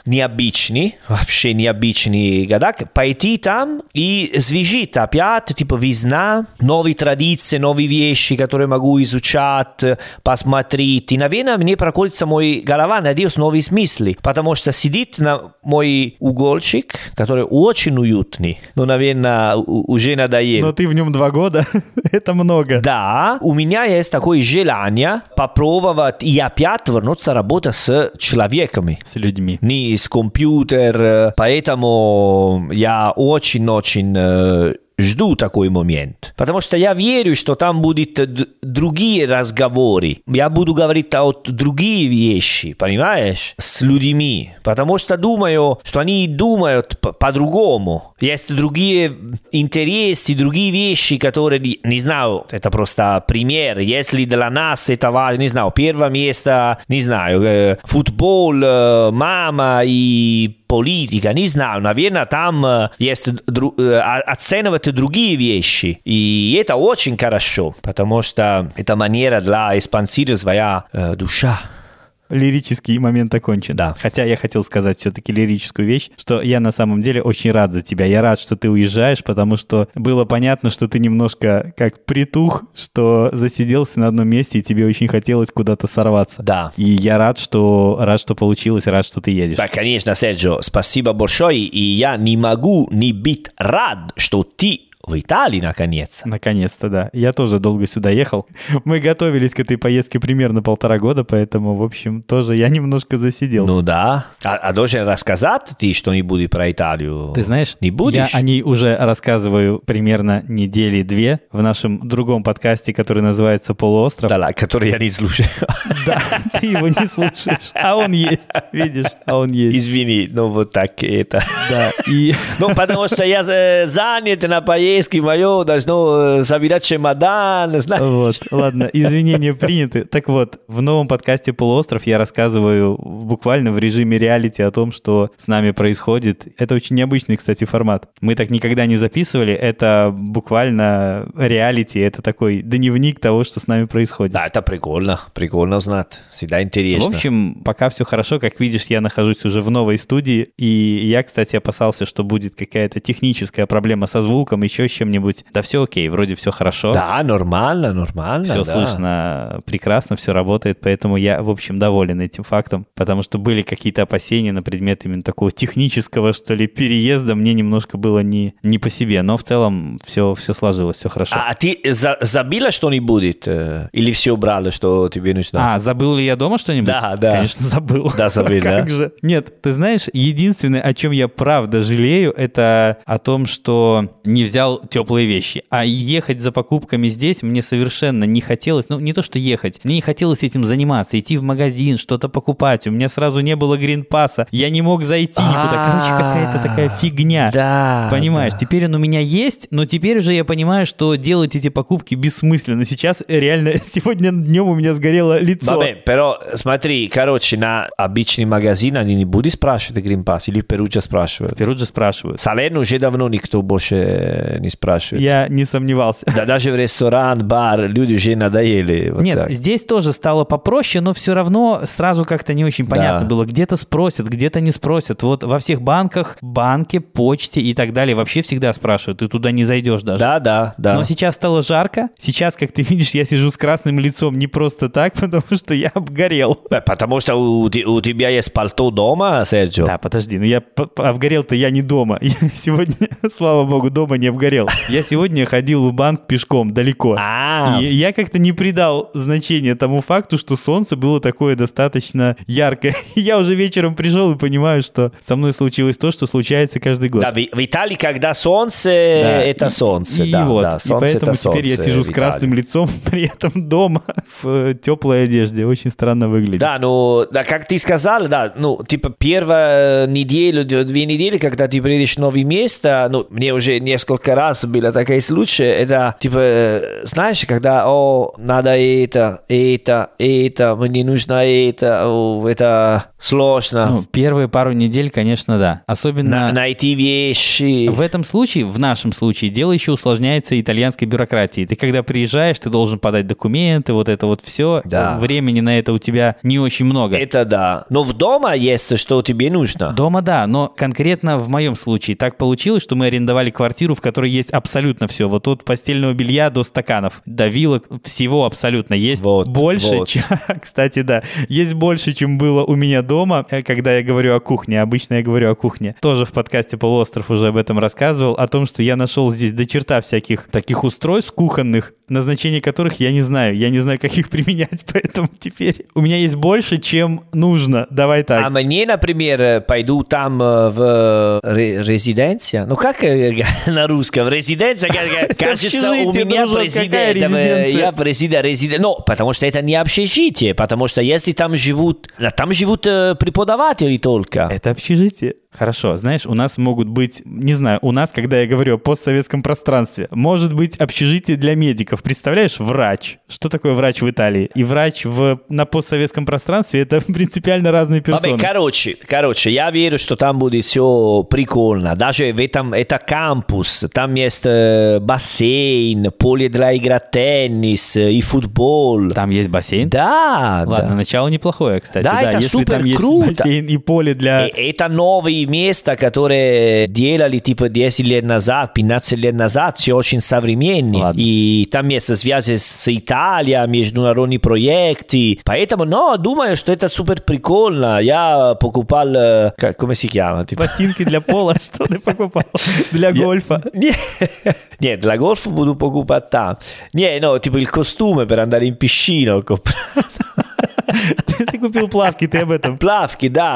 вообще необычные года, пойти там и свежить опять, типа весна, новые традиции, новые вещи, которые могу изучать, посмотреть. И, наверное, мне проходится мой голова, надеюсь, новые смыслы, потому что сидит на мой уголчик, который очень уютный. Наверное, уже надоел. Но ты в нем 2 года, это много. Да, у меня есть такое желание попробовать и опять вернуться работать с человеками. С людьми. Не с компьютером. Поэтому я очень-очень жду такой момент. Потому что я верю, что там будут другие разговоры. Я буду говорить о другие вещи, понимаешь? С людьми. Потому что думаю, что они думают по-другому. Есть другие интересы, другие вещи, которые, не знаю, это просто пример. Если для нас это важно, не знаю, первое место, не знаю, футбол, мама и политика, не знаю, наверное, там есть оценивать другие вещи. И это очень хорошо, потому что это манера для экспансии своя душа. лирический момент окончен. Да. Хотя я хотел сказать все-таки лирическую вещь, что я на самом деле очень рад за тебя. Я рад, что ты уезжаешь, потому что было понятно, что ты немножко как притух, что засиделся на одном месте, и тебе очень хотелось куда-то сорваться. Да. И я рад, что получилось, рад, что ты едешь. Да, конечно, Серджио, спасибо большое, и я не могу не быть рад, что ты в Италии, наконец. Наконец-то, да. Я тоже долго сюда ехал. Мы готовились к этой поездке примерно 1,5 года, поэтому, в общем, тоже я немножко засиделся. Ну да. А должен рассказать ты что-нибудь про Италию? Ты знаешь, не будешь? Я о ней уже рассказываю примерно 2 недели в нашем другом подкасте, который называется «Полуостров». Да, который я не слушаю. Да, ты его не слушаешь. А он есть, видишь, а он есть. Извини, ну вот так это. Да, и... Ну, потому что я занят на поездке, мое должно собирать чемодан, знаешь. Вот, ладно, извинения приняты. Так вот, в новом подкасте «Полуостров» я рассказываю буквально в режиме реалити о том, что с нами происходит. Это очень необычный, кстати, формат. Мы так никогда не записывали. Это буквально реалити, это такой дневник того, что с нами происходит. Да, это прикольно узнать, всегда интересно. В общем, пока все хорошо. Как видишь, я нахожусь уже в новой студии, и я, кстати, опасался, что будет какая-то техническая проблема со звуком, еще с чем-нибудь. Да все окей, вроде все хорошо. Да, нормально. Все да. слышно прекрасно, все работает, поэтому я, в общем, доволен этим фактом, потому что были какие-то опасения на предмет именно такого технического, что ли, переезда. Мне немножко было не по себе, но в целом все сложилось, все хорошо. А ты забыла что-нибудь? Или все убрала, что тебе нужно? Забыл ли я дома что-нибудь? Да. Конечно, забыл. Да, забыл, Как да? же? Нет, ты знаешь, единственное, о чем я правда жалею, это о том, что не взял теплые вещи. А ехать за покупками здесь мне совершенно не хотелось. Ну, не то, что ехать. Мне не хотелось этим заниматься, идти в магазин, что-то покупать. У меня сразу не было грин-пасса. Я не мог зайти никуда. Короче, какая-то такая фигня. Да. Понимаешь, теперь он у меня есть, но теперь уже я понимаю, что делать эти покупки бессмысленно. Сейчас реально, сегодня днем у меня сгорело лицо. Vabbè, però смотри, короче, на обычный магазин они не будут спрашивать грин-пасс или в Перудже спрашивают? В Перудже спрашивают. Салерно уже давно никто больше не спрашивает. Я не сомневался. Да, даже в ресторан, бар, люди уже надоели. Вот Нет, так. здесь тоже стало попроще, но все равно сразу как-то не очень понятно было. Где-то спросят, где-то не спросят. Вот во всех банках, банке, почте и так далее вообще всегда спрашивают. Ты туда не зайдешь даже. Да. Но сейчас стало жарко. Сейчас, как ты видишь, я сижу с красным лицом не просто так, потому что я обгорел. Потому что у тебя есть пальто дома, Серджио? Да, подожди, но я обгорел-то я не дома. Я сегодня, слава богу, дома не обгорел. Я сегодня ходил в банк пешком далеко. И я как-то не придал значения тому факту, что солнце было такое достаточно яркое. Я уже вечером пришел и понимаю, что со мной случилось то, что случается каждый год. Да, в Италии, когда солнце, это солнце. И Да, вот, да, и солнце поэтому это теперь я солнце сижу в с красным лицом, при этом дома в теплой одежде. Очень странно выглядит. Да, ну, да, как ты сказал, да, ну, типа первая неделя, 2 недели, когда ты приедешь в новое место, ну, мне уже несколько раз было такой случай, это, типа, знаешь, когда, надо это, мне нужно это сложно. Ну, первые пару недель, конечно, да. Особенно... Найти вещи. В этом случае, в нашем случае, дело еще усложняется итальянской бюрократией. Ты когда приезжаешь, ты должен подать документы, вот это вот все. Да. Времени на это у тебя не очень много. Это да. Но в дома есть, что тебе нужно. Дома, да, но конкретно в моем случае так получилось, что мы арендовали квартиру, в которой есть абсолютно все. Вот от постельного белья до стаканов, до вилок, всего абсолютно есть. Вот, больше, вот. Кстати, да, есть больше, чем было у меня дома, когда я говорю о кухне. Обычно я говорю о кухне. Тоже в подкасте «Полуостров» уже об этом рассказывал, о том, что я нашел здесь до черта всяких таких устройств кухонных, назначение которых я не знаю. Я не знаю, как их применять, поэтому теперь у меня есть больше, чем нужно. Давай так. А мне, например, пойду там в резиденция. Ну, как на русском? Резиденция, кажется, у меня президент. Я президент. Ну, потому что это не общежитие, потому что если там живут преподаватели только. Это общежитие. Хорошо, знаешь, у нас могут быть, не знаю, у нас, когда я говорю о постсоветском пространстве, может быть общежитие для медиков, представляешь, врач. Что такое врач в Италии? И врач на постсоветском пространстве — это принципиально разные персоны. Короче, я верю, что там будет все прикольно. Даже в этом, это кампус, там есть бассейн, поле для игры теннис и футбол. Там есть бассейн? Да. Ладно, начало неплохое, кстати. Да, это если супер там круто. Есть бассейн и поле для... Это новые места, которые делали типа 10 лет назад, 15 лет назад, все очень современные. Ладно. И там есть связи с Италией, международные проекты. Поэтому, думаю, что это супер прикольно. Я покупал, как se chiama? Ботинки для пола, что ты покупал? Для гольфа? Нет, для гольфа буду покупать там. Типа il costume per andare in piscina. Ты купил плавки, ты об этом. Плавки, да,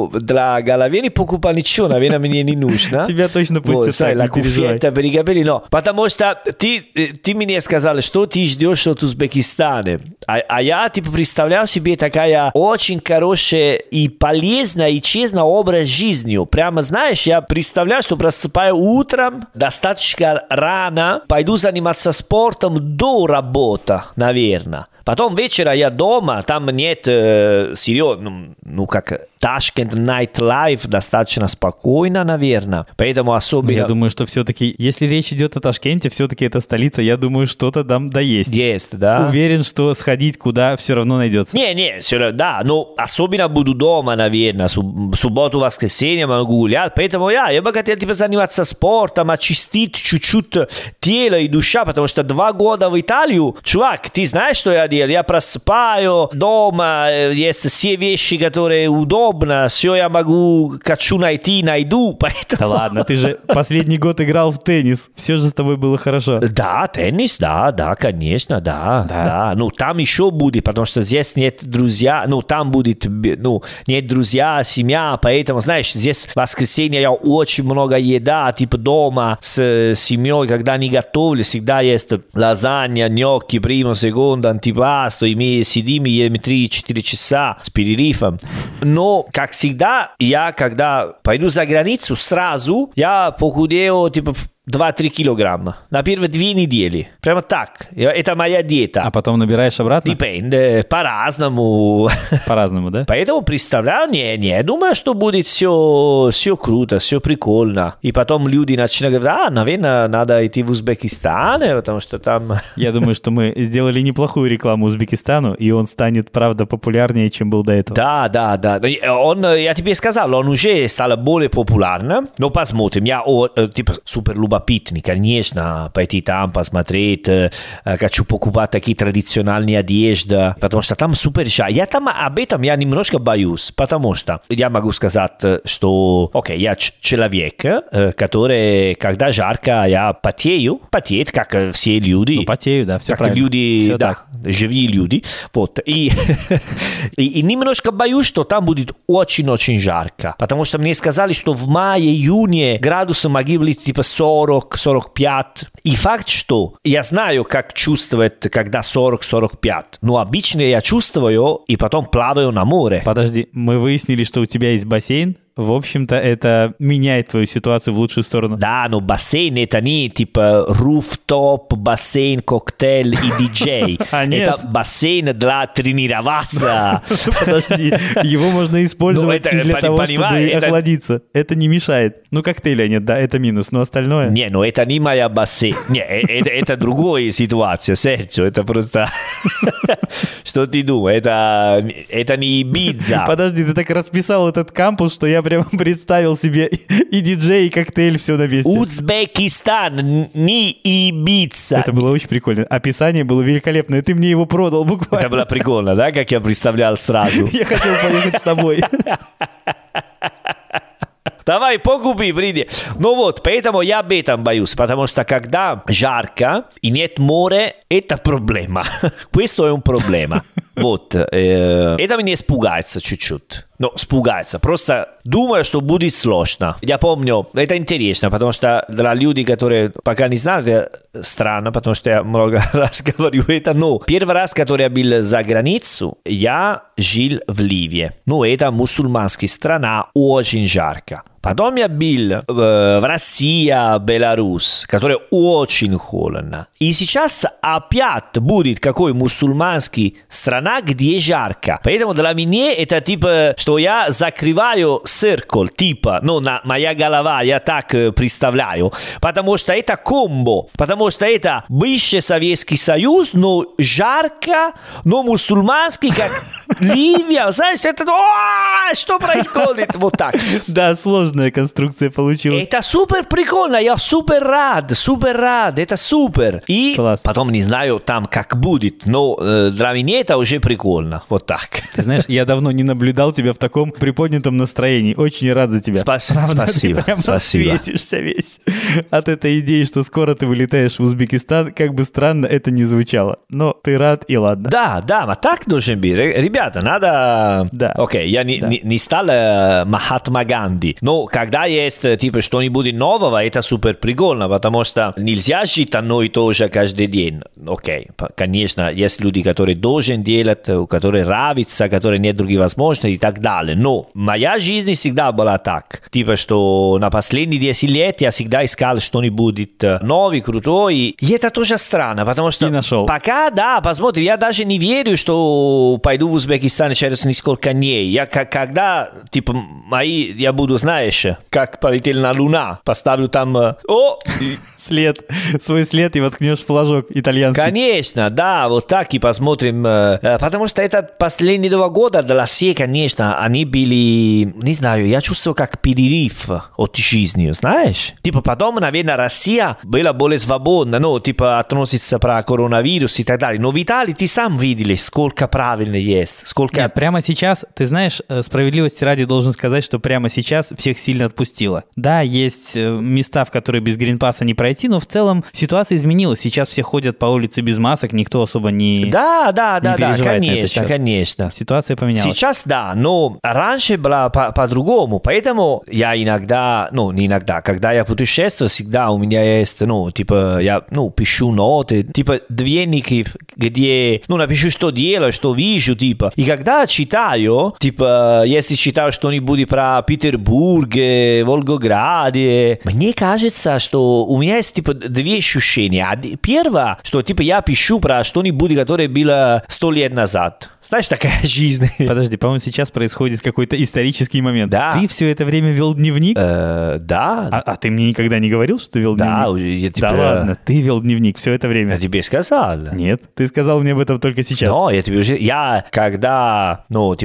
для головы не покупал ничего, наверное, мне не нужно. Тебя точно пустят так, не переживай. Per i capelli, no. Потому что ты мне сказал, что ты ждешь от Узбекистана. А я, типа, представлял себе такая очень хорошая и полезная, и честная образ жизни. Прямо, знаешь, я представляю, что просыпаю утром, достаточно рано, пойду заниматься спортом до работы, наверное. Потом вечера я дома, там нет, серьезно, как Tashkent Nightlife, достаточно спокойно, наверное. Поэтому особенно... Я думаю, что все-таки, если речь идет о Ташкенте, все-таки это столица, я думаю, что-то там есть. Есть, да. Уверен, что сходить куда все равно найдется. Не, да, но особенно буду дома, наверное, субботу, воскресенье могу гулять, поэтому я бы хотел типа заниматься спортом, очистить чуть-чуть тело и душа, потому что 2 года в Италию, чувак, ты знаешь, что я делаю? Я просыпаю, дома есть все вещи, которые удобно, все я хочу найду, поэтому... Да ладно, ты же последний год играл в теннис, все же с тобой было хорошо. Да, теннис, да, конечно, да. Там еще будет, потому что здесь нет друзья, там будет, нет друзья, семья, поэтому, знаешь, здесь в воскресенье я очень много еда, типа дома с семьей, когда не готовлю, всегда есть лазанья, gnocchi, primo, secondo, антипасту, и мы сидим и едим 3-4 часа с перерывом. Но, как всегда, я, когда пойду за границу, сразу я похудею, типа, 2-3 килограмма на первые 2 недели. Прямо так. Это моя диета. А потом набираешь обратно? Депенде. По-разному. По-разному, да? Поэтому представляю, не, думаю, что будет все круто, все прикольно. И потом люди начинают говорить, наверное, надо идти в Узбекистан, потому что там... Я думаю, что мы сделали неплохую рекламу Узбекистану, и он станет, правда, популярнее, чем был до этого. Да. Я тебе сказал, он уже стал более популярным. Но посмотрим. Я типа супер любопытный, конечно, пойти там посмотреть. Хочу покупать такие традиционные одежды, потому что там супер жарко. Об этом я немножко боюсь, потому что я могу сказать, что я человек, который, когда жарко, я потеет, как все люди. Потею, да, все как правильно. Люди, все да, так. живые люди. Вот. И немножко боюсь, что там будет очень-очень жарко, потому что мне сказали, что в мае-июне градусы могли быть типа 40-45. И факт, что я знаю, как чувствовать, когда 40-45, но обычно я чувствую и потом плаваю на море. Подожди, мы выяснили, что у тебя есть бассейн? В общем-то, это меняет твою ситуацию в лучшую сторону. Да, но бассейн это не типа руфтоп, бассейн, коктейль и диджей. Это бассейн для тренироваться. Подожди, его можно использовать и для того, чтобы охладиться. Это не мешает. Коктейля нет, да, это минус, но остальное... Не, это не моя бассейн. Не, это другая ситуация, Серджио, это просто... Что ты думаешь? Это не Ибица. Подожди, ты так расписал этот кампус, что я прямо представил себе и диджей, и коктейль, все на месте. Узбекистан, не Ибица. Это было очень прикольно. Описание было великолепное. Ты мне его продал буквально. Это было прикольно, да, как я представлял сразу? Я хотел поехать с тобой. Давай, покупи, приди. Поэтому я об этом боюсь, потому что когда жарко и нет моря, это проблема. Questo è un problema. Вот. Это меня испугается чуть-чуть. Ну, испугается. Просто думаю, что будет сложно. Я помню, это интересно, потому что для людей, которые пока не знают, это странно, потому что я много раз говорю это, но первый раз, когда я был за границу, я жил в Ливии. Ну, это мусульманская страна, очень жарко. Потом я был в России, Беларусь, которая очень холодно. И сейчас опять будет какой мусульманский страна, где жарко. Поэтому для меня это типа, что я закрываю циркуль, типа, ну, на моя голова, я так представляю. Потому что это комбо. Потому что это бывший Советский Союз, но жарко, но мусульманский, как Ливия. Знаешь, это... Что происходит? Вот так. Да, сложная конструкция получилась. Это супер прикольно, я супер рад, это супер. И Класс. потом не знаю там как будет, но для меня это уже прикольно, вот так. Ты знаешь, я давно не наблюдал тебя в таком приподнятом настроении. Очень рад за тебя. Спасибо. Ты прямо светишься весь от этой идеи, что скоро ты вылетаешь в Узбекистан. Как бы странно это ни звучало. Но ты рад, и ладно. Да, а так должен быть. Ребята, надо... Да. Окей, я не стал Махатма Ганди, но когда есть типа что-нибудь нового, это супер прикольно, потому что нельзя жить одно и то же каждый день. Окей, конечно, есть люди, которые должны делать, у которых нравится, у которых нет других возможностей и так далее. Но моя жизнь всегда была так. Типа, что на последние 10 лет я всегда искал что-нибудь новое, крутое. И это тоже странно, потому что... И нашел. Пока, да, посмотрим, я даже не верю, что пойду в Узбекистан через несколько дней. Я когда, типа, я буду, знаешь, как полетел на Луна, поставлю там... Свой след и воткнешь флажок итальянский. Конечно, да, вот так и посмотрим. Потому что это последние 2 года для всех, конечно, они были, не знаю, я чувствую как перерыв от жизни, знаешь? Типа потом, наверное, Россия была более свободна, ну, типа относится про коронавирус и так далее. Но в Италии ты сам видели, сколько правильно есть, сколько... Нет, прямо сейчас, ты знаешь, справедливости ради должен сказать, что прямо сейчас всех сильно отпустило. Да, есть места, в которые без гринпасса не пройти, но в целом ситуация изменилась. Сейчас все ходят по улице без масок, никто особо не переживает, конечно. Ситуация поменялась. Сейчас да, но раньше было по-другому. Поэтому я иногда, не иногда, когда я путешествую, всегда у меня есть, типа, я, пишу ноты, типа, дневники, где, напишу, что делаю, что вижу, типа. И когда читаю, типа, если читаю что-нибудь про Петербург, Волгограде, мне кажется, что у меня есть, типа, 2 ощущения. Первое, что, типа, я пишу про что-нибудь, которое было 100 лет назад. Знаешь, такая жизнь. Подожди, по-моему, сейчас происходит какой-то исторический момент. Да. Ты все это время вел дневник? Да. А ты мне никогда не говорил, что ты вел дневник? Я, типа... Да ладно, ты вел дневник все это время. Я тебе сказал. Нет, ты сказал мне об этом только сейчас. Но я тебе уже... Я, когда,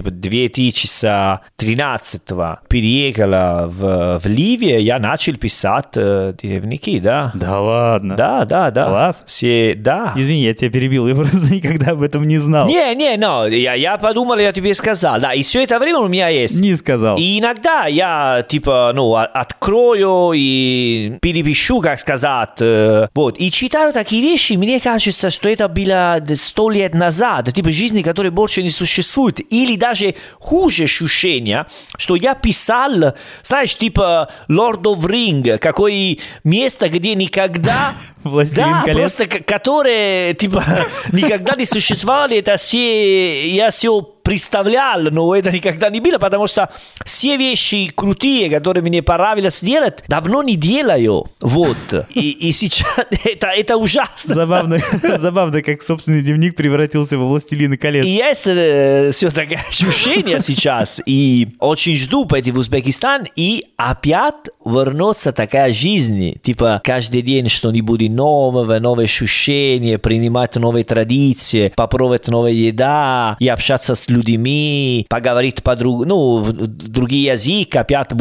2013-го переехала в Ливию, я начал писать дневники, да. Да ладно? Да. Класс. Да. Извини, я тебя перебил, я просто никогда об этом не знал. Я подумал, я тебе сказал. Да, и все это время у меня есть. Не сказал. И иногда я, типа, открою и перепишу, как сказать, вот. И читаю такие вещи, мне кажется, что это было 100 лет назад, типа жизни, которая больше не существует. Или даже хуже ощущение, что я писал, знаешь, типа Lord of Ring, какое место, где никогда... Властелин колец. Просто которые, типа, никогда не существовали, это все, я все представлял, но это никогда не было, потому что все вещи крутые, которые мне понравилось делать, давно не делаю, вот. И сейчас это ужасно. Забавно, как собственный дневник превратился во «Властелина колец». И есть все такое ощущение сейчас, и очень жду пойти в Узбекистан, и опять вернется такая жизнь, типа, каждый день что-нибудь нового, новые ощущения, принимать новые традиции, попробовать новая еда, и общаться с людьми, поговорить другие языки, опять буду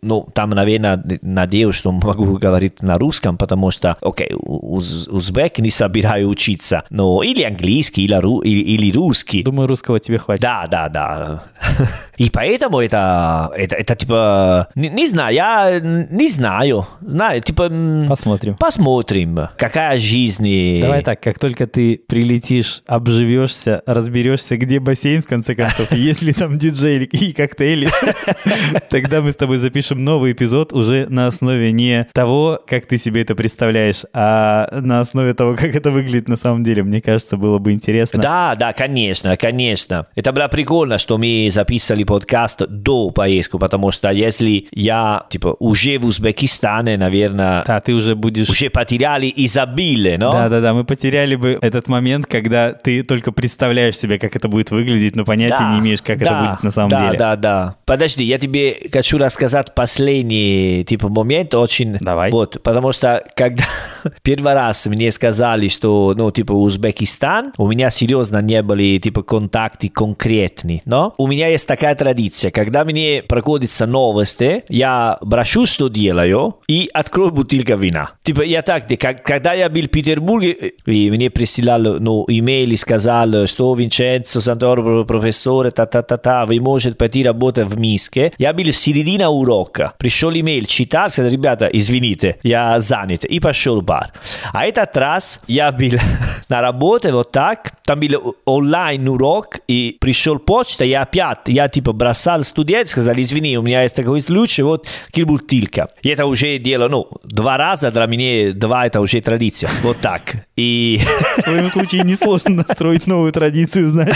ну, там, наверное, надеюсь, что могу говорить на русском, потому что, окей, узбек не собираю учиться, но или английский, или русский. Думаю, русского тебе хватит. Да. И поэтому это типа, не знаю, я не знаю, типа... Посмотрим, какая жизнь... Давай так, как только ты прилетишь, обживешься, разберешься, где бассейн, в конце концов, есть ли там диджей и коктейли, тогда мы с тобой запишем новый эпизод уже на основе не того, как ты себе это представляешь, а на основе того, как это выглядит на самом деле. Мне кажется, было бы интересно. Да, конечно. Это было прикольно, что мы записали подкаст до поездки, потому что если я, типа, уже в Узбекистане, наверное... Да, ты уже будешь... Уже потеряли изобилие, но... Да, мы потеряли бы этот момент, когда ты только представляешь себе, как это будет выглядеть, но понятия не имеешь, как это будет на самом деле. Да. Подожди, я тебе хочу рассказать последний, типа, момент очень... Давай. Вот, потому что, когда первый раз мне сказали, что, ну, типа, Узбекистан, у меня серьезно не были, типа, контакты конкретные, но у меня есть такая традиция, когда мне проходятся новости, я брошу, что делаю, и открою бутылку вина. Типа, я так, когда я был в Петербурге, и мне присылали, ну, имейл и сказали, что Винченцо Санторо, профессор, вы можете пойти работать в Минске. Я был в середине урока. Пришел имейл, читал, сказал, ребята, извините, я занят. И пошел в бар. А этот раз я был на работе вот так, там был онлайн урок, и пришел почта, я типа бросал студент, сказал, извини, у меня есть такой случай, вот бутылка. И это уже дело, ну, 2 раза, для меня 2 это уже традиция. Вот так. И... В твоем случае несложно настроить новую традицию, знаешь.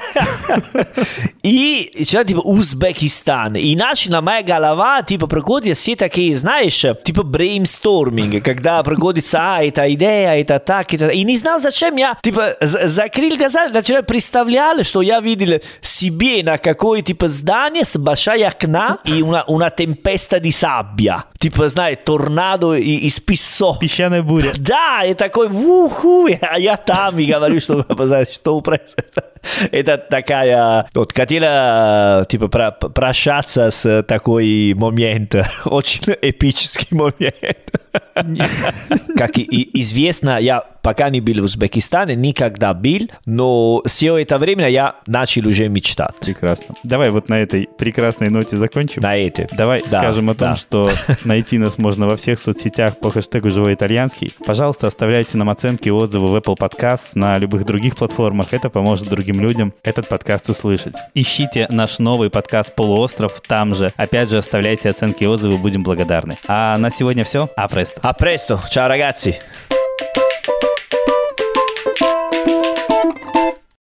И сейчас, типа, Узбекистан. Иначе на моя голова, типа, проходят все такие, знаешь, типа, брейнсторминг, когда проходится, эта идея, это так, это... И не знал, зачем я, типа, закрыл глаза, начал представлять, что я видел себе на какое, типа, здание с большой окна и una tempesta di sabbia. Типа, знаешь, торнадо из песок. Песчаная буря. Да, и такой, а я там, и говорю, что происходит. Это такая... Вот, хотела, типа, прощаться с такой момент. Очень эпический момент. Как известно, я пока не был в Узбекистане, никогда был, но все это время я начал уже мечтать. Прекрасно. Давай вот на этой прекрасной ноте закончим. На этой. Давай скажем о том, что найти нас можно во всех соцсетях по хэштегу «Живой итальянский». Пожалуйста, оставляйте нам оценки и отзывы в Apple Podcasts, на любых других платформах. Это поможет другим людям этот подкаст услышать. Ищите наш новый подкаст «Полуостров» там же. Опять же, оставляйте оценки и отзывы, будем благодарны. А на сегодня все. А престо. A presto, ciao ragazzi.